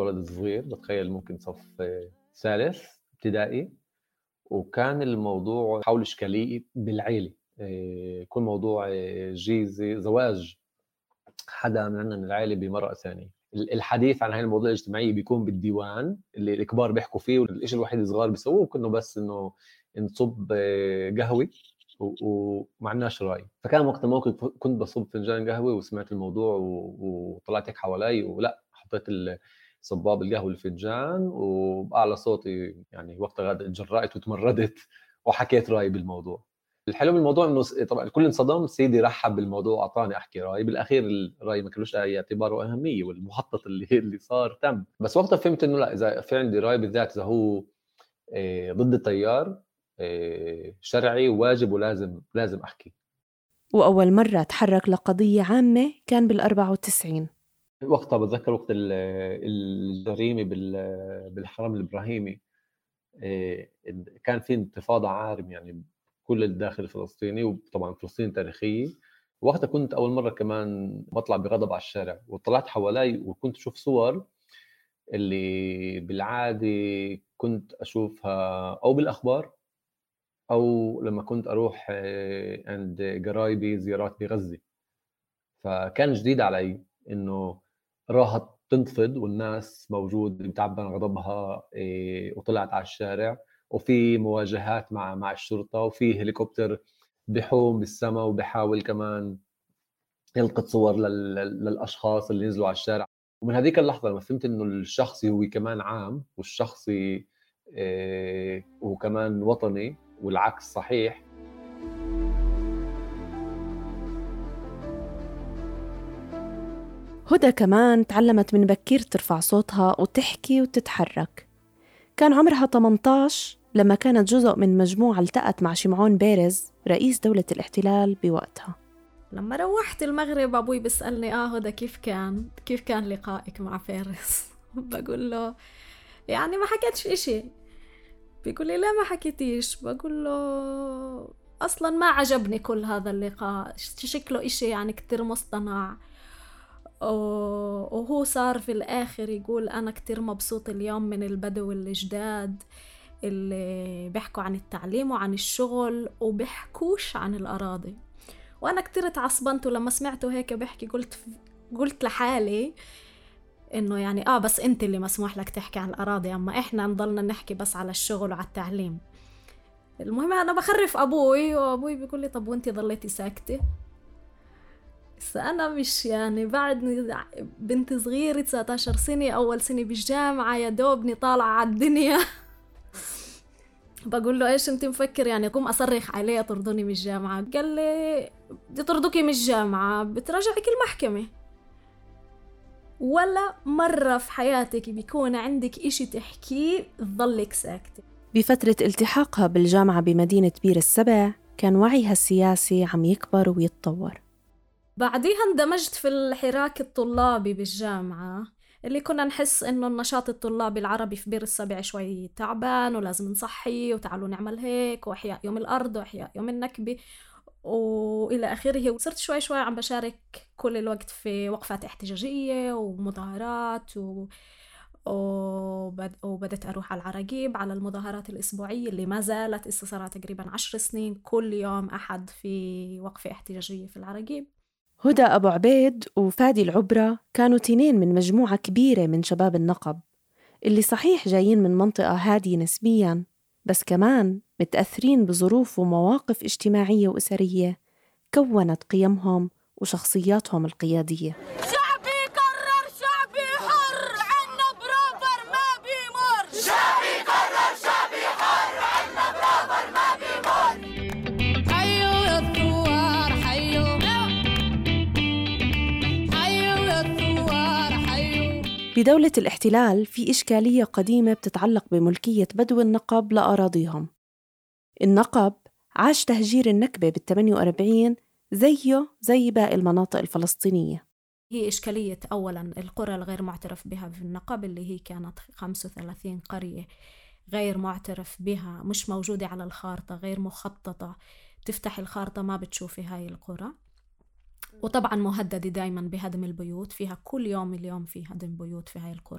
ولد صغير، بتخيل ممكن صف ثالث ابتدائي، وكان الموضوع حول إشكالية بالعيلة. يكون موضوع زواج حدا من عندنا من العائلة بمرأة ثانية. الحديث عن هاي الموضوع الاجتماعي بيكون بالديوان اللي الكبار بيحكوا فيه، والإشي الوحيد الصغار بيسووه كأنه بس إنه نصب قهوة ومعناش رأي. فكان وقت الموقف كنت بصب فنجان قهوة وسمعت الموضوع وطلعت هيك حوالي، ولا حطيت صباب القهوة الفنجان وبأعلى صوتي، يعني وقتها اتجرأت وتمردت وحكيت رأيي بالموضوع. الحلو بالموضوع انه طبعا الكل انصدم، سيدي رحب بالموضوع واعطاني احكي رايي، بالاخير الراي ما كلوش اي اعتبار واهميه، والمخطط اللي صار تم. بس وقتها فهمت انه لا، اذا في عندي راي بالذات اذا هو ضد التيار شرعي وواجب ولازم احكي. وأول مرة تحرك لقضية عامة كان بال94. وقتها بتذكر وقت الجريمة بالحرم الإبراهيمي، كان في انتفاضة عارم يعني كل الداخل الفلسطيني، وطبعا فلسطين تاريخية. وقتها كنت أول مرة كمان بطلع بغضب على الشارع، وطلعت حوالي وكنت أشوف صور اللي بالعادة كنت أشوفها أو بالأخبار أو لما كنت أروح عند قرايبي زيارات بغزة. فكان جديد علي إنه راحت تنتفض والناس موجود بتعبر عن غضبها وطلعت على الشارع، وفي مواجهات مع الشرطة، وفي هليكوبتر بحوم بالسماء وبحاول كمان يلقط صور للأشخاص اللي نزلوا على الشارع. ومن هذيك اللحظة لما فهمت إنه الشخصي هو كمان عام، والشخصي وكمان وطني، والعكس صحيح. هدى كمان تعلمت من بكير ترفع صوتها وتحكي وتتحرك. كان عمرها 18 لما كانت جزء من مجموعة التقت مع شمعون بيرز رئيس دولة الاحتلال بوقتها. لما روحت المغرب أبوي بيسألني هدى كيف كان لقائك مع بيرز؟ بقول له يعني ما حكيتش إشي. بيقول لي لا ما حكيتيش. بقول له أصلا ما عجبني كل هذا اللقاء، شكله إشي يعني كتير مصطنع. وهو صار في الآخر يقول أنا كتير مبسوط اليوم من البدو الجداد اللي بيحكوا عن التعليم وعن الشغل وبيحكوش عن الأراضي. وأنا كتير اتعصبنت لما سمعته هيك بحكي. قلت لحالي إنه يعني بس أنت اللي مسموح لك تحكي عن الأراضي، أما إحنا نضلنا نحكي بس على الشغل وعلى التعليم. المهم أنا بخرف أبوي، وأبوي بيقول لي طب وأنت ضليتي ساكتة؟ بس أنا مش يعني بعد بنت صغيرة 19 سنة، أول سنة بالجامعة، يا دوبني طالعة على الدنيا. بقول له إيش أنت مفكر يعني قوم أصرخ عليه طردوني من الجامعة؟ قال لي دي طردوكي من الجامعة بتراجعك المحكمة. ولا مرة في حياتك بيكون عندك إشي تحكيه تظلك ساكتة. بفترة التحاقها بالجامعة بمدينة بير السبع كان وعيها السياسي عم يكبر ويتطور. بعديها اندمجت في الحراك الطلابي بالجامعة، اللي كنا نحس إنه النشاط الطلابي العربي في بير السبع شوي تعبان ولازم نصحي وتعالوا نعمل هيك، وإحياء يوم الأرض وإحياء يوم النكبة وإلى آخره. وصرت شوي عم بشارك كل الوقت في وقفات احتجاجية ومظاهرات وبدأت أروح على العراقيب على المظاهرات الأسبوعية اللي ما زالت صارت تقريبا 10 سنين، كل يوم أحد في وقفة احتجاجية في العراقيب. هدى أبو عبيد وفادي العبرة كانوا تنين من مجموعة كبيرة من شباب النقب، اللي صحيح جايين من منطقة هادية نسبياً، بس كمان متأثرين بظروف ومواقف اجتماعية وأسرية كونت قيمهم وشخصياتهم القيادية. شعبي قرر شعبي حر، عنا برابر ما بيمر. شعبي قرر شعبي حر، عنا برابر ما بيمر. حيو يا الثوار حيو، حيو يا الثوار حيو. بدولة الاحتلال في إشكالية قديمة بتتعلق بملكية بدو النقب لأراضيهم. النقب عاش تهجير النكبة بال48 زي باقي المناطق الفلسطينية. هي إشكالية أولاً القرى الغير معترف بها في النقب، اللي هي كانت 35 قرية غير معترف بها، مش موجودة على الخارطة، غير مخططة. تفتح الخارطة ما بتشوفي هاي القرى. وطبعاً مهددة دايماً بهدم البيوت، فيها كل يوم اليوم في هدم بيوت في هاي القرى.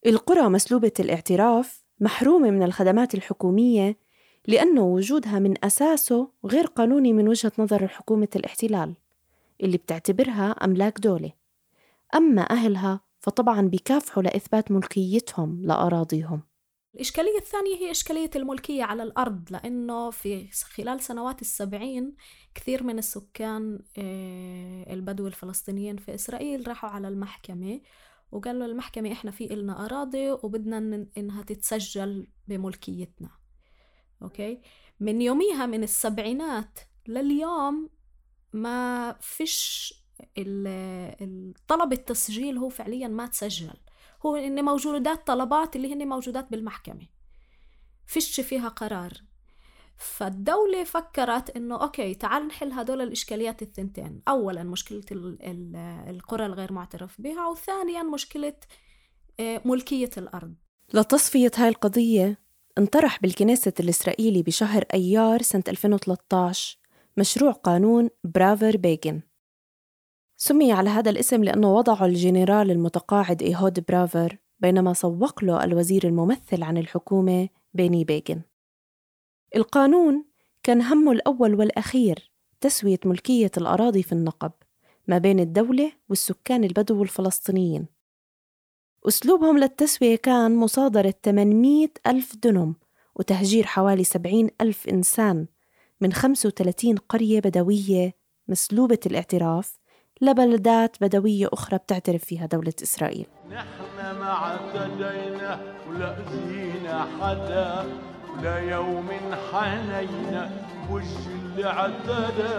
القرى مسلوبة الاعتراف محرومة من الخدمات الحكومية لأنه وجودها من أساسه غير قانوني من وجهة نظر حكومة الاحتلال اللي بتعتبرها أملاك دولة. أما أهلها فطبعاً بيكافحوا لإثبات ملكيتهم لأراضيهم. الإشكالية الثانية هي إشكالية الملكية على الأرض، لأنه في خلال سنوات 70 كثير من السكان البدو الفلسطينيين في إسرائيل راحوا على المحكمة وقالوا المحكمة إحنا في إلنا أراضي وبدنا إنها تتسجل بملكيتنا. أوكي، من يوميها من السبعينات لليوم ما فيش الطلب التسجيل، هو فعليا ما تسجل، هو إن موجودات طلبات اللي هن موجودات بالمحكمة فيش فيها قرار. فالدولة فكرت إنه أوكي تعال نحل هدول الإشكاليات الثنتين، أولا مشكلة القرى الغير معترف بها، وثانيا مشكلة ملكية الأرض. لتصفية هاي القضية انطرح بالكنيسة الإسرائيلي بشهر أيار سنة 2013 مشروع قانون برافر بيغن. سمي على هذا الاسم لأنه وضعه الجنرال المتقاعد إيهود برافر بينما سوق له الوزير الممثل عن الحكومة بيني بيغن. القانون كان همه الأول والأخير تسوية ملكية الأراضي في النقب ما بين الدولة والسكان البدو الفلسطينيين. أسلوبهم للتسوية كان مصادرة 800,000 دنم وتهجير حوالي 70,000 إنسان من 35 قرية بدوية مسلوبة الاعتراف لبلدات بدوية أخرى بتعترف فيها دولة إسرائيل. نحن ما اعتدينا ولا أذينا حدا ولا يوم حنينا وش اللي اعتدى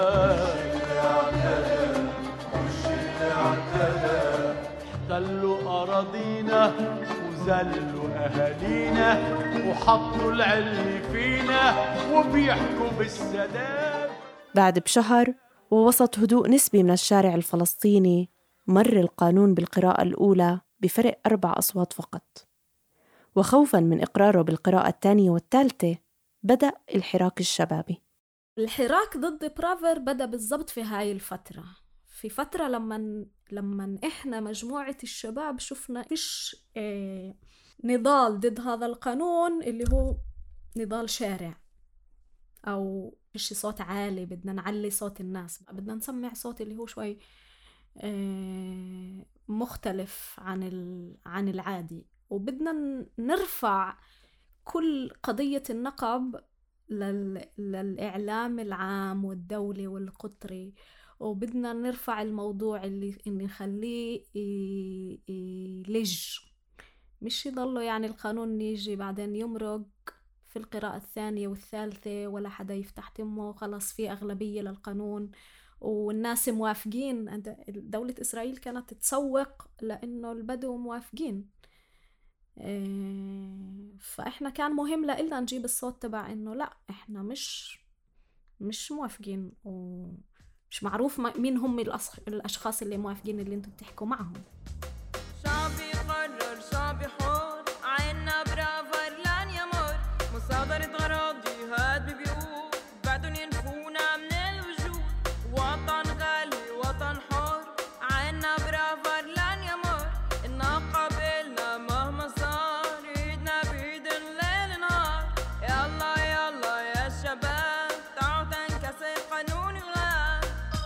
وش اللي اعتدى احتلوا أراضينا وذلوا أهالينا وحطوا العلي فينا وبيحكوا بالسلام. بعد بشهر ووسط هدوء نسبي من الشارع الفلسطيني مر القانون بالقراءة الأولى بفرق 4 أصوات فقط، وخوفاً من إقراره بالقراءة الثانية والثالثة بدأ الحراك الشبابي. الحراك ضد برافر بدأ بالضبط في هاي الفترة، في فترة لما إحنا مجموعة الشباب شفنا إيش نضال ضد هذا القانون اللي هو نضال شارع أو إيش صوت عالي، بدنا نعلي صوت الناس، بدنا نسمع صوت اللي هو شوي مختلف عن العادي، وبدنا نرفع كل قضية النقب للإعلام العام والدولي والقطري، وبدنا نرفع الموضوع اللي نخليه يلج، مش يضله يعني القانون يجي بعدين يمرق في القراءة الثانية والثالثة ولا حدا يفتح تمه، خلص في أغلبية للقانون والناس موافقين. دولة إسرائيل كانت تسوق لأنه البدو موافقين، فإحنا كان مهم لإلنا نجيب الصوت تبع إنه لا إحنا مش موافقين ومش معروف مين هم الأشخاص اللي موافقين اللي انتم بتحكوا معهم. شعبي قرر شعبي حر عنا برافر لن يمر مصادرة أراضي هاد بيقول بدهم ينفونا من الوجود وطن غالي وطن حر عنا برافر لن يمر النقب إلنا مهما صار إيدنا بإيد الليل نهار يلا يلا يا شباب تعالوا تنكسر قانون الغاب.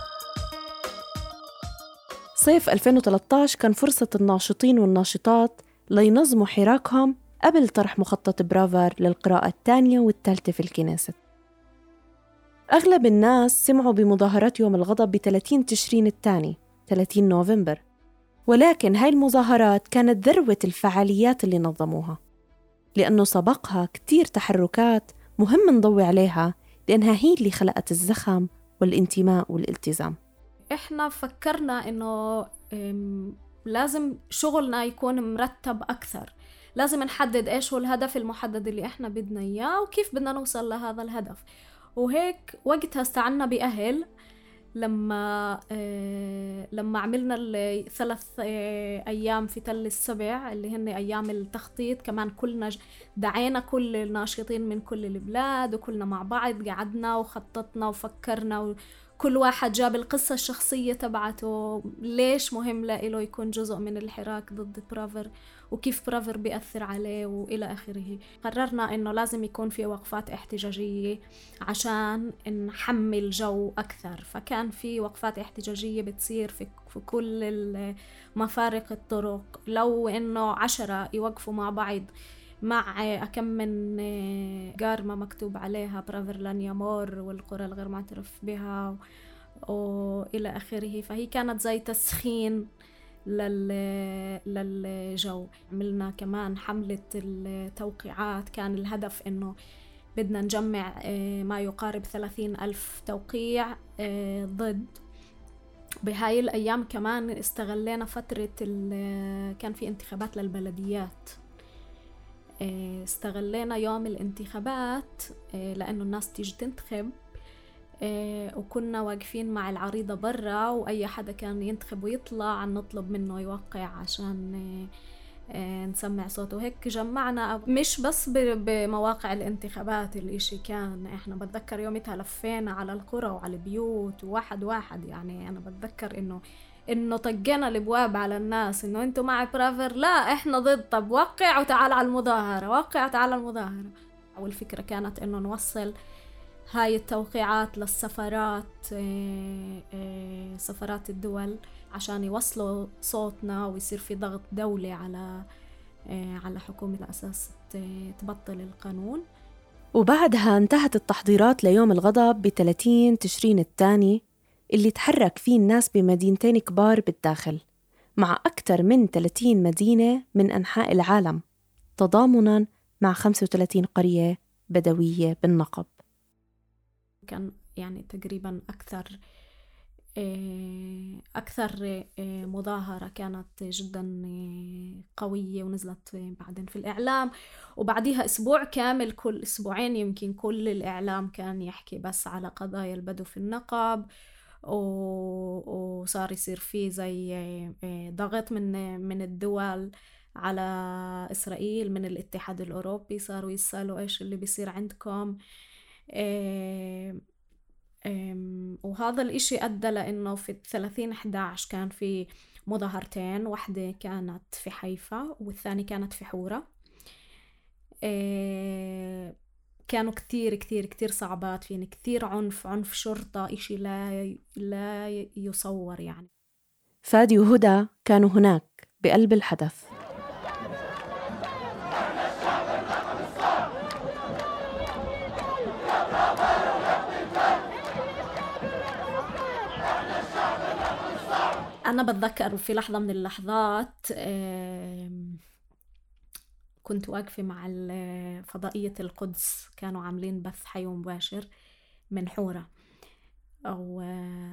صيف 2013 كان فرصة الناشطين والناشطات لينظموا حراكهم قبل طرح مخطط برافر للقراءة الثانية والثالثة في الكنيسة. أغلب الناس سمعوا بمظاهرات يوم الغضب ب 30 تشرين الثاني 30 نوفمبر، ولكن هاي المظاهرات كانت ذروة الفعاليات اللي نظموها، لأنه سبقها كتير تحركات مهم نضوي عليها لأنها هي اللي خلقت الزخم والانتماء والالتزام. إحنا فكرنا إنه لازم شغلنا يكون مرتب أكثر، لازم نحدد إيش هو الهدف المحدد اللي إحنا بدنا إياه وكيف بدنا نوصل لهذا الهدف. وهيك وقتها استعنا بأهل لما عملنا ال3 أيام في تل السبع اللي هن أيام التخطيط. كمان كلنا دعينا كل الناشطين من كل البلاد وكلنا مع بعض قعدنا وخططنا وفكرنا كل واحد جاب القصة الشخصية تبعته، ليش مهم له يكون جزء من الحراك ضد برافر، وكيف برافر بيأثر عليه وإلى آخره. قررنا إنه لازم يكون في وقفات احتجاجية عشان نحمل جو أكثر. فكان في وقفات احتجاجية بتصير في كل مفارق الطرق، لو إنه 10 يوقفوا مع بعض مع أكم من قارمة مكتوب عليها برافر لن يمر والقرى الغير معترف بها وإلى آخره. فهي كانت زي تسخين للجو. عملنا كمان حملة التوقيعات، كان الهدف إنه بدنا نجمع ما يقارب 30,000 توقيع ضد. بهاي الأيام كمان استغلينا فترة كان في انتخابات للبلديات، استغلينا يوم الانتخابات لأنه الناس تيجي تنتخب، وكنا واقفين مع العريضة برا، وأي حدا كان ينتخب ويطلع نطلب منه يوقع عشان نسمع صوته. هيك جمعنا مش بس بمواقع الانتخابات الاشي، كان احنا بتذكر يومتها لفينا على القرى وعلى البيوت واحد واحد. يعني أنا بتذكر إنه طقنا الابواب على الناس انه انتوا مع برافر، لا احنا ضد، طب وقع وتعال على المظاهرة، وقع وتعال على المظاهرة. والفكرة كانت انه نوصل هاي التوقيعات للسفارات، سفارات الدول، عشان يوصلوا صوتنا ويصير في ضغط دولي على حكومة على أساس تبطل القانون. وبعدها انتهت التحضيرات ليوم الغضب ب30 تشرين الثاني، اللي تحرك فيه الناس بمدينتين كبار بالداخل مع أكثر من 30 مدينة من أنحاء العالم، تضامناً مع 35 قرية بدوية بالنقب. كان يعني تقريباً أكثر مظاهرة كانت جداً قوية، ونزلت بعدين في الإعلام، وبعديها أسبوع كامل، كل أسبوعين يمكن، كل الإعلام كان يحكي بس على قضايا البدو في النقب، وصار يصير فيه زي ضغط من الدول على إسرائيل، من الاتحاد الأوروبي صاروا يسألوا إيش اللي بيصير عندكم. وهذا الإشي أدى لأنه في 30/11 كان في مظاهرتين، واحدة كانت في حيفا والثانية كانت في حورة. كانوا كتير كتير كتير صعبات، فين كتير عنف شرطة، إشي لا يصور يعني. فادي وهدى كانوا هناك بقلب الحدث. أنا بتذكر في لحظة من اللحظات كنت واقفة مع فضائية القدس، كانوا عاملين بث حي مباشر من حورة، أو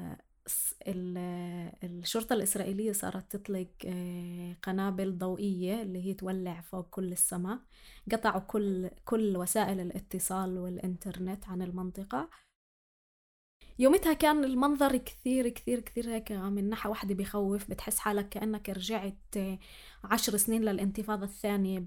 الشرطة الإسرائيلية صارت تطلق قنابل ضوئية اللي هي تولع فوق كل السماء، قطعوا كل وسائل الاتصال والإنترنت عن المنطقة. يومتها كان المنظر كثير كثير كثير هيك من ناحية واحدة بيخوف، بتحس حالك كأنك رجعت 10 سنين للانتفاضة الثانية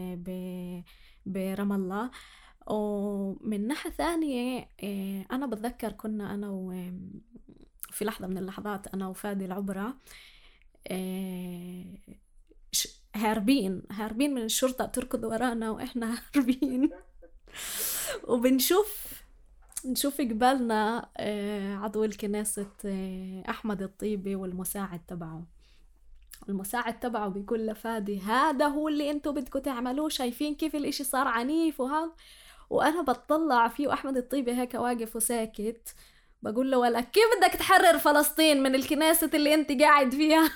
برام الله. ومن ناحية ثانية أنا بتذكر كنا أنا في لحظة من اللحظات أنا وفادي العبرة هاربين من الشرطة، تركض ورانا وإحنا هاربين وبنشوف قبالنا عضو الكنيسة أحمد الطيبي والمساعد تبعه بيقول لفادي هذا هو اللي انتو بدكوا تعملوه، شايفين كيف الاشي صار عنيف وهذا. وانا بتطلع فيه وأحمد الطيبي هيك واقف وساكت، بقول له ولا كيف بدك تحرر فلسطين من الكنيسة اللي انت قاعد فيها؟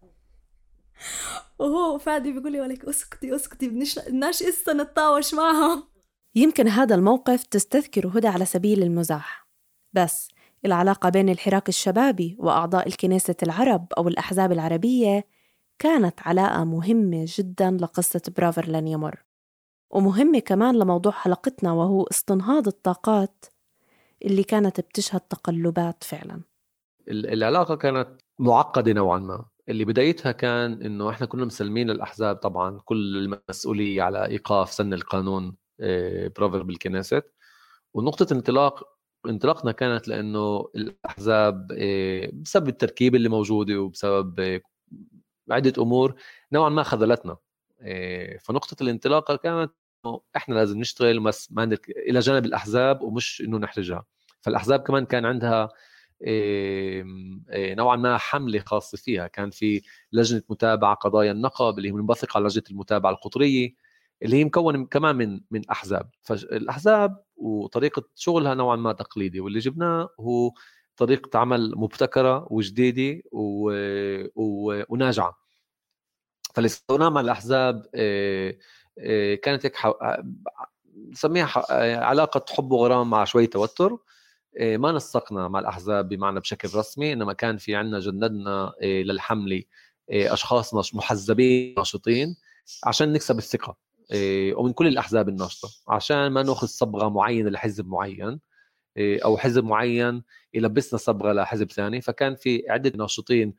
وهو فادي بيقول لي ولك اسكتي بدناش اسا نتطاوش معهم. يمكن هذا الموقف تستذكره هدى على سبيل المزاح، بس العلاقة بين الحراك الشبابي وأعضاء الكنيسة العرب أو الأحزاب العربية كانت علاقة مهمة جداً لقصة برافر لن يمر، ومهمة كمان لموضوع حلقتنا، وهو استنهاض الطاقات اللي كانت بتشهد تقلبات فعلاً. العلاقة كانت معقدة نوعاً ما. اللي بدايتها كان إنه إحنا كنا مسلمين الأحزاب طبعاً كل المسؤولية على إيقاف سن القانون برافر بالكنيسة، ونقطة انطلاق انطلاقنا كانت لأنه الأحزاب بسبب التركيب اللي موجودة وبسبب عدة أمور نوعا ما خذلتنا. فنقطة الانطلاقة كانت إنه إحنا لازم نشتغل بس ما إلى جانب الأحزاب ومش إنه نحرجها. فالأحزاب كمان كان عندها نوعا ما حملة خاصة فيها. كان في لجنة متابعة قضايا النقب اللي هي منبثقة على لجنة المتابعة القطرية اللي هي مكونة كمان من أحزاب. فالأحزاب وطريقة شغلها نوعا ما تقليدي، واللي جبناه هو طريقة عمل مبتكرة وجديدة وناجعة. فاللي سويناه مع الأحزاب كانت هيك نسميها علاقة حب وغرام مع شوية توتر. ما نسقنا مع الأحزاب بمعنى بشكل رسمي، إنما كان في عنا جندنا للحملة أشخاص محزبين ناشطين عشان نكسب الثقة ومن كل الأحزاب الناشطة، عشان ما نأخذ صبغة معينة لحزب معين أو حزب معين يلبسنا صبغة لحزب ثاني. فكان في عدة ناشطين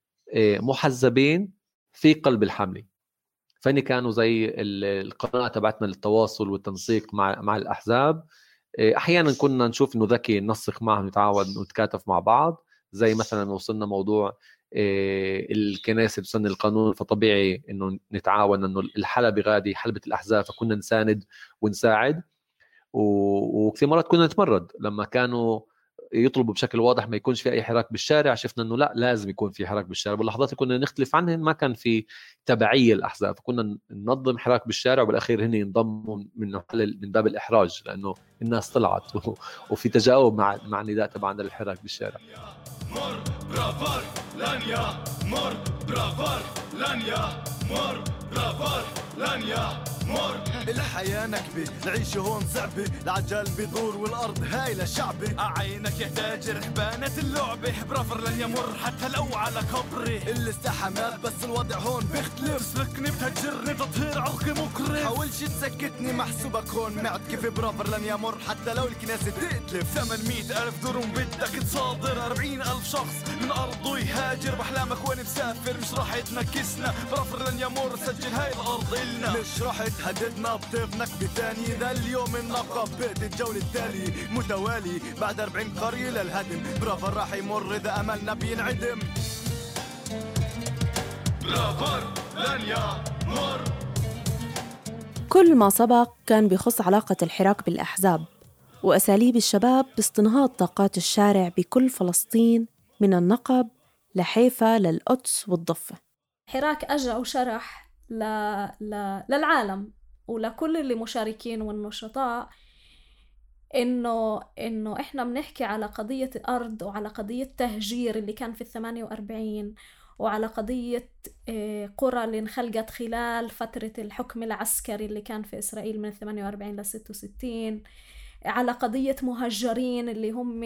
محزبين في قلب الحملة، فإني كانوا زي القناة تبعتنا للتواصل والتنسيق مع الأحزاب. أحيانا كنا نشوف إنه ذكي ننسق معهم، نتعاون ونتكاتف مع بعض. زي مثلا وصلنا موضوع الكنيسة بسن القانون، فطبيعي إنه نتعاون إنه الحلبة غادي حلبة الأحزاب، فكنا نساند ونساعد. وكثير مرات كنا نتمرد لما كانوا يطلبوا بشكل واضح ما يكونش في أي حراك بالشارع. شفنا إنه لا، لازم يكون في حراك بالشارع. باللحظات اللي كنا نختلف عنهن ما كان في تبعية الأحزاب، فكنا ننظم حراك بالشارع وبالأخير هن ينضموا من باب الإحراج، لأنه الناس طلعت وفي تجاوب مع النداء تبعنا للحراك بالشارع. مر برافر لانيا مر برافر لانيا مر برافر لانيا مر. الحياة نكبة، العيشة هون صعبة، العجل بيدور والأرض هايلة شعبي. عينك يا تاجر حبانة اللعبة، برافر لن يمر حتى لو على كبري. الاستحامات بس الوضع هون بيختلف، تسلكني بتهجرني تطهير عرقي مكرف. حاولش تسكتني محسوبك هون معد كيف برافر لن يمر حتى لو الكناسة تقتلف. 800,000 درهم بدك تصادر، 40,000 شخص من أرضه يهاجر. بأحلامك وين مسافر مش راح تنكسنا، برافر لن يمر سجل هاي الأرض إلنا. مش راح تهددنا بطيف نكبة تاني، ذا اليوم النقب بيت الجولة التالي متوالي بعد 40 قرية للهدم. برافر راح يمر إذا أملنا بينعدم. برافر لن يمر. كل ما سبق كان بخص علاقة الحراك بالأحزاب وأساليب الشباب باستنهاض طاقات الشارع بكل فلسطين، من النقب لحيفا للقدس والضفة. حراك أجا وشرح للعالم ولكل اللي مشاركين والنشطاء إنه إحنا بنحكي على قضية أرض وعلى قضية تهجير اللي كان في 48، وعلى قضية قرى اللي انخلقت خلال فترة الحكم العسكري اللي كان في إسرائيل من 48 ل 66، على قضية مهجرين اللي هم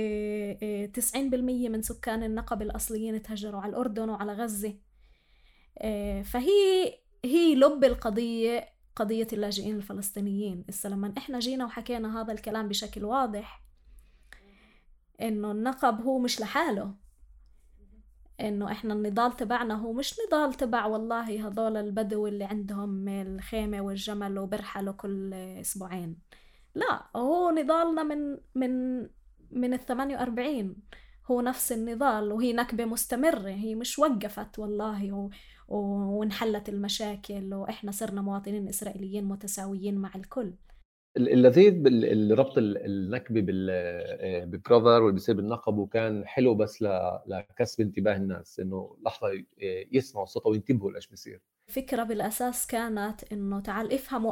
90% من سكان النقب الأصليين تهجروا على الأردن وعلى غزة. فهي لب القضية، قضية اللاجئين الفلسطينيين. لما إحنا جينا وحكينا هذا الكلام بشكل واضح، إنه النقب هو مش لحاله، إنه إحنا النضال تبعنا هو مش نضال تبع والله هذول البدو اللي عندهم الخيمة والجمل وبرحلوا كل أسبوعين. لا، هو نضالنا من 48 هو نفس النضال، وهي نكبة مستمرة، هي مش وقفت والله وانحلت المشاكل وإحنا صرنا مواطنين إسرائيليين متساويين مع الكل. اللذيذ بالربط النكبة بالبرافر واللي بيصير بالنقب، وكان حلو بس لكسب انتباه الناس، إنه لحظة يسمعوا صوته وينتبهوا لإيش بيصير. فكرة بالأساس كانت إنه تعال افهموا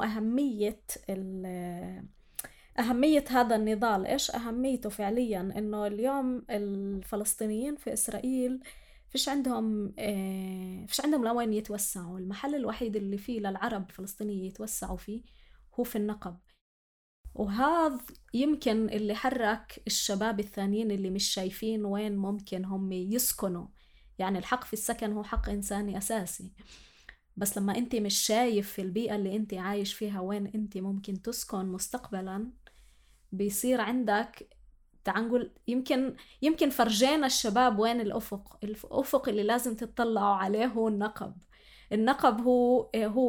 أهمية هذا النضال. إيش أهميته فعلياً؟ إنه اليوم الفلسطينيين في إسرائيل فيش عندهم لوين يتوسعوا. المحل الوحيد اللي فيه للعرب الفلسطينيين يتوسعوا فيه هو في النقب، وهذا يمكن اللي حرك الشباب الثانيين اللي مش شايفين وين ممكن هم يسكنوا. يعني الحق في السكن هو حق إنساني أساسي، بس لما أنت مش شايف في البيئة اللي أنت عايش فيها وين أنت ممكن تسكن مستقبلاً، بيصير عندك تعنقل. يمكن فرجينا الشباب وين الأفق اللي لازم تطلعوا عليه هو النقب هو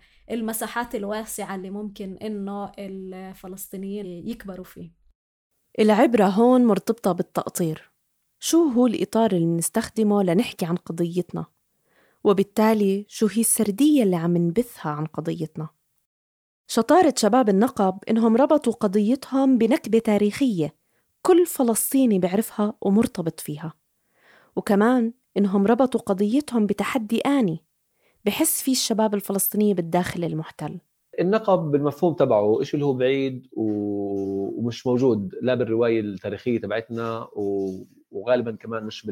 المساحات الواسعة اللي ممكن إنه الفلسطينيين يكبروا فيه. العبرة هون مرتبطة بالتقطير. شو هو الإطار اللي نستخدمه لنحكي عن قضيتنا؟ وبالتالي شو هي السردية اللي عم نبثها عن قضيتنا؟ شطارة شباب النقب إنهم ربطوا قضيتهم بنكبة تاريخية كل فلسطيني بيعرفها ومرتبط فيها، وكمان إنهم ربطوا قضيتهم بتحدي آني بحس فيه الشباب الفلسطيني بالداخل المحتل. النقب بالمفهوم تبعه إشي اللي هو بعيد ومش موجود لا بالرواية التاريخية تبعتنا وغالبا كمان مش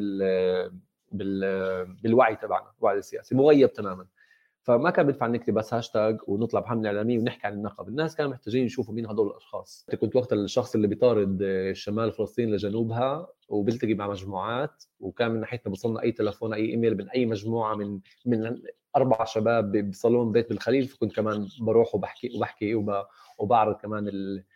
بالوعي تبعنا، الوعي السياسي مغيب تماما. فما كان بينفع نكتب بس هاشتاج ونطلع بحملة إعلامية ونحكي عن النقب. الناس كانوا محتاجين يشوفوا مين هدول الأشخاص. كنت وقت الشخص اللي بيطارد شمال فلسطين لجنوبها وبيلتقي مع مجموعات، وكان من ناحيتنا بوصلنا أي تلفون أي إيميل من أي مجموعة من 4 شباب بصالون بيت بالخليل. فكنت كمان بروح وبحكي وبعرض كمان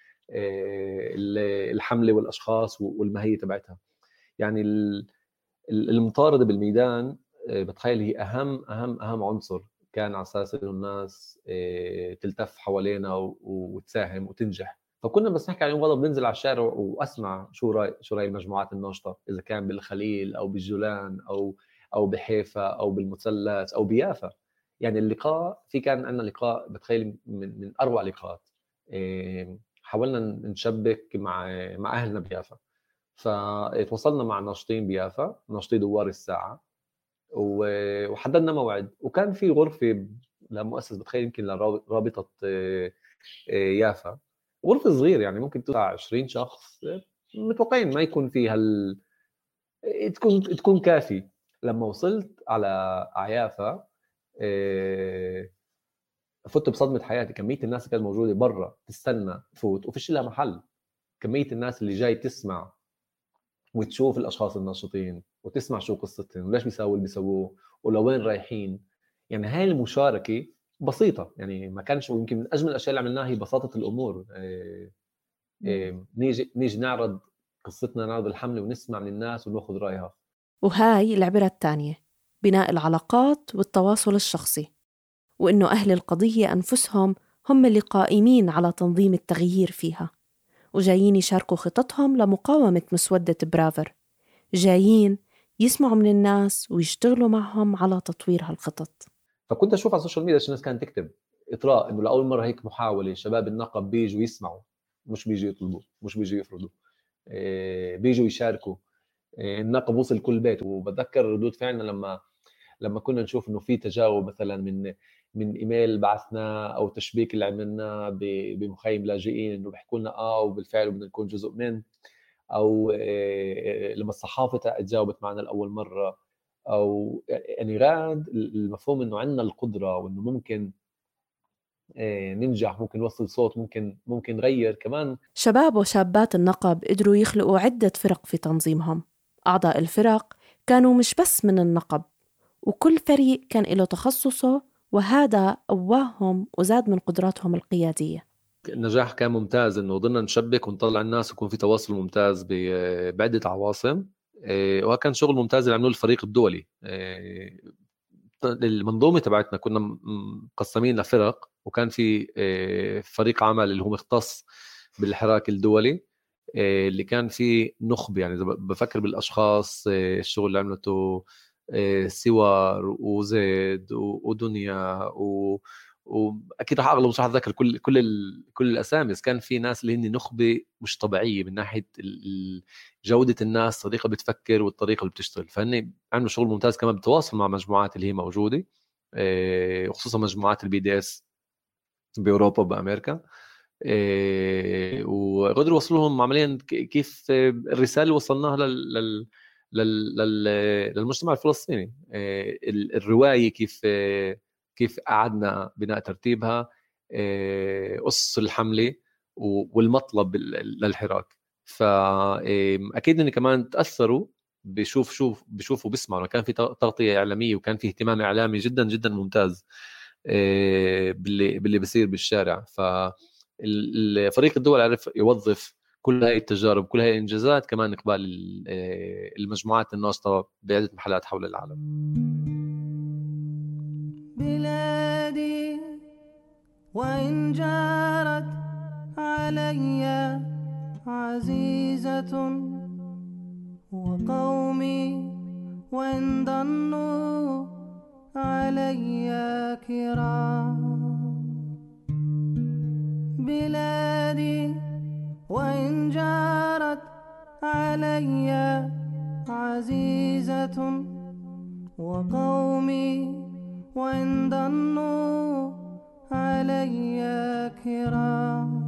الحملة والأشخاص والماهية تبعتها. يعني المطاردة بالميدان بتخيل هي أهم عنصر كان على أساس إنه الناس تلتف حوالينا وتساهم وتنجح. فكنا بس نحكي عن يوم غضب بننزل على الشارع وأسمع شو رأي المجموعات الناشطة، إذا كان بالخليل أو بالجولان أو بحيفا أو بالمثلث أو بيافا. يعني اللقاء كان عندنا لقاء بتخيل من أروع لقاءات. حاولنا نشبك مع أهلنا بيافا، فتواصلنا مع ناشطين بيافا، ناشطي دوار الساعة، وحددنا موعد. وكان في غرفة لمؤسس بتخيل يمكن لرابطة يافا، غرفة صغيرة يعني ممكن تطلع 20 شخص، متوقعين ما يكون فيها تكون كافي. لما وصلت على يافا فت بصدمة حياتي. كمية الناس اللي كانت موجودة برا تستنى تفوت وفيش لها محل. كمية الناس اللي جاي تسمع وتشوف الاشخاص الناشطين وتسمع شو قصتهم وليش بيسووا اللي بيسووه ولوين رايحين. يعني هاي المشاركه بسيطه، يعني ما كانش يمكن من اجمل الاشياء اللي عملناها هي بساطه الامور. نيجي نعرض قصتنا، نعرض الحمله ونسمع من الناس وناخذ رايها. وهاي العبرة الثانية، بناء العلاقات والتواصل الشخصي، وإنه أهل القضية أنفسهم هم اللي قائمين على تنظيم التغيير فيها، وجايين يشاركوا خططهم لمقاومة مسودة برافر، جايين يسمعوا من الناس ويشتغلوا معهم على تطوير هالخطط. فكنت أشوف على السوشيال ميديا الناس كانت تكتب إطراء إنه لأول مرة هيك محاولة شباب النقب بيجوا يسمعوا، مش بيجوا يطلبوا، مش بيجوا يفرضوا، بيجوا يشاركوا. النقب وصل كل بيت. وبتذكر ردود فعلنا لما كنا نشوف إنه في تجاوب مثلا من إيميل بعثنا أو تشبيك اللي عملنا بمخيم لاجئين، إنه بيحكوا لنا وبالفعل بدنا نكون جزء من، أو لما الصحافة تجاوبت معنا لأول مرة، أو يعني غاد المفهوم إنه عندنا القدرة وإنه ممكن ننجح، ممكن نوصل صوت، ممكن نغير. كمان شباب وشابات النقب قدروا يخلقوا عدة فرق في تنظيمهم. أعضاء الفرق كانوا مش بس من النقب، وكل فريق كان له تخصصه، وهذا قواهم وزاد من قدراتهم القيادية. النجاح كان ممتاز إنه ضلنا نشبك ونطلع الناس ويكون في تواصل ممتاز بعدة عواصم. وكان شغل ممتاز اللي عملوه الفريق الدولي. المنظومة تبعتنا كنا مقسمين لفرق، وكان في فريق عمل اللي هو مختص بالحراك الدولي اللي كان فيه نخبة. يعني بفكر بالأشخاص الشغل اللي عملته سوار وزيد ودنيا واكيد راح اغلب، مش راح اتذكر كل الاسامي، بس كان في ناس اللي هن نخبه مش طبيعيه من ناحيه جوده الناس، الطريقه بتفكر والطريقه اللي بتشتغل. فهن عملوا شغل ممتاز كمان بالتواصل مع مجموعات اللي هي موجوده، وخصوصا مجموعات البي دي اس باوروبا وبامريكا. وقدروا يوصلوا لهم عمليا كيف الرساله اللي وصلناها للمجتمع الفلسطيني. الروايه كيف قعدنا بناء ترتيبها، أسس الحملة والمطلب للحراك. فأكيد إن كمان تأثروا بشوفوا بيسمعوا. كان في تغطية إعلامية وكان في اهتمام إعلامي جدا جدا ممتاز باللي بيصير بالشارع. فالفريق الدول عرف يوظف كل هاي التجارب، كل هاي الإنجازات، كمان إقبال المجموعات الناشطة بعدة محلات حول العالم. بلادي وإن جارت علي عزيزة وقومي وإن ظنوا علي كرام بلادي وإن جارت علي عزيزة وقومي وإن ظنوا علي كرام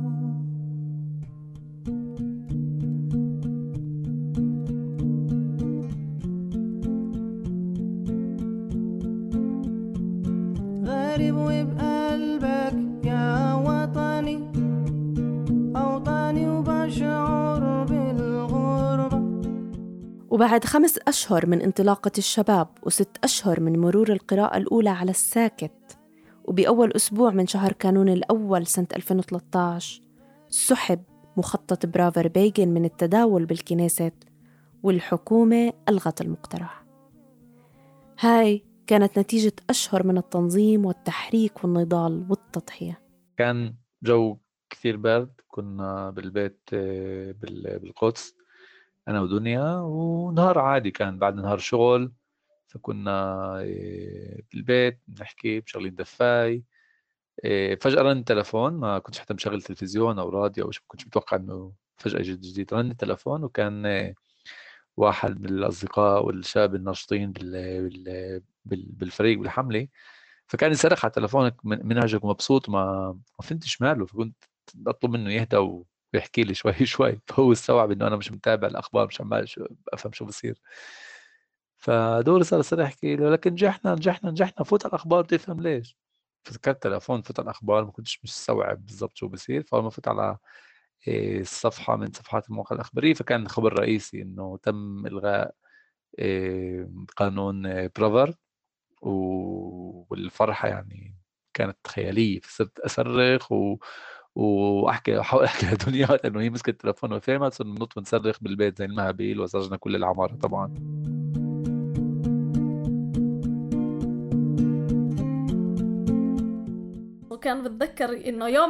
غارب وبقلبك يا وطني أوطاني وبشعر بالغربة. وبعد 5 أشهر من انطلاقة الشباب و6 أشهر من مرور القراءة الأولى على الساكت، وبأول أسبوع من شهر كانون الأول سنة 2013 سحب مخطط برافر بيغن من التداول بالكنيست والحكومة ألغت المقترح. هاي كانت نتيجة أشهر من التنظيم والتحريك والنضال والتضحية. كان جو كثير برد، كنا بالبيت بالقدس أنا ودنيا، ونهار عادي كان بعد نهار شغل، فكنا بالبيت نحكي مشغلين دفاي. فجأة رن التلفون، ما كنتش حتى مشغل تلفزيون أو راديو أو شيء، ما كنتش متوقع إنه فجأة جديد رن التلفون، وكان واحد من الأصدقاء والشباب الناشطين بالفريق بالحملة، فكان يصرخ على تلفونك منهجك مبسوط، ما فهمتش ماله، فكنت أطلب منه يهدى ويحكي لي شوي، فهو استوعب إنه أنا مش متابع الأخبار، مش عمال أفهم شو بصير. فدور صار يحكي له لكن نجحنا فوت على الأخبار تفهم ليش. فذكرت تلفون فوت على الأخبار، ما كنتش مستوعب بالضبط شو بصير، فما فوت على الصفحة من صفحات المواقع الأخبارية، فكان الخبر الرئيسي إنه تم إلغاء قانون برافر، والفرحة يعني كانت خيالية. فصرت أصرخ وأحكي لدنيا إنه هي مسكت التلفون وفهمت، صرنا ننط ونصرخ بالبيت زي المهابيل، وزرجنا كل العمارة طبعا. وكان بتذكر إنه يوم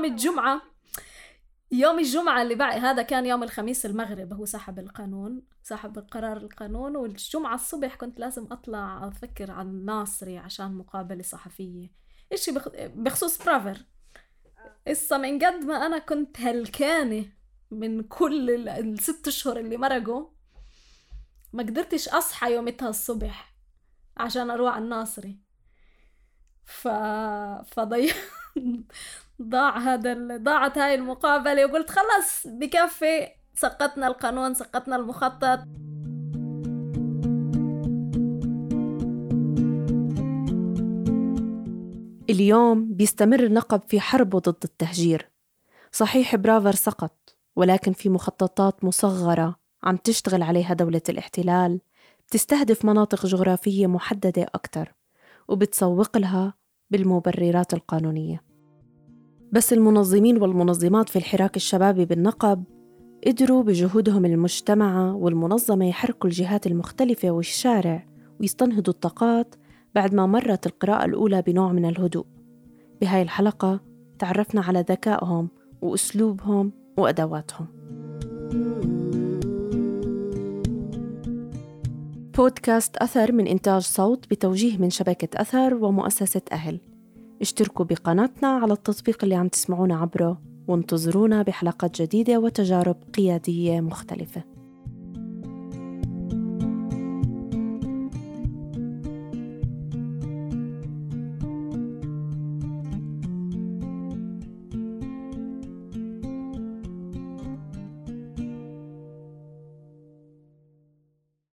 الجمعة اللي بعد هذا كان يوم الخميس المغرب، هو سحب القرار القانون، والجمعة الصبح كنت لازم أطلع أفكر عن ناصري عشان مقابلة صحفية إشي بخصوص برافر. إصا من قد ما أنا كنت هلكانة من كل 6 أشهر اللي مرقوا، ما قدرتش أصحى يومتها الصبح عشان أروح على الناصري. ضاعت هاي المقابلة، وقلت خلص بكفي، سقطنا القانون، سقطنا المخطط. اليوم بيستمر النقب في حربه ضد التهجير. صحيح برافر سقط، ولكن في مخططات مصغرة عم تشتغل عليها دولة الاحتلال، بتستهدف مناطق جغرافية محددة أكتر وبتسوق لها بالمبررات القانونية. بس المنظمين والمنظمات في الحراك الشبابي بالنقب قدروا بجهودهم المجتمعة والمنظمة يحركوا الجهات المختلفة والشارع ويستنهضوا الطاقات بعد ما مرت القراءة الأولى بنوع من الهدوء. بهاي الحلقة تعرفنا على ذكائهم وأسلوبهم وأدواتهم. بودكاست أثر من إنتاج صوت بتوجيه من شبكة أثر ومؤسسة أهل. اشتركوا بقناتنا على التطبيق اللي عم تسمعونا عبره، وانتظرونا بحلقات جديدة وتجارب قيادية مختلفة.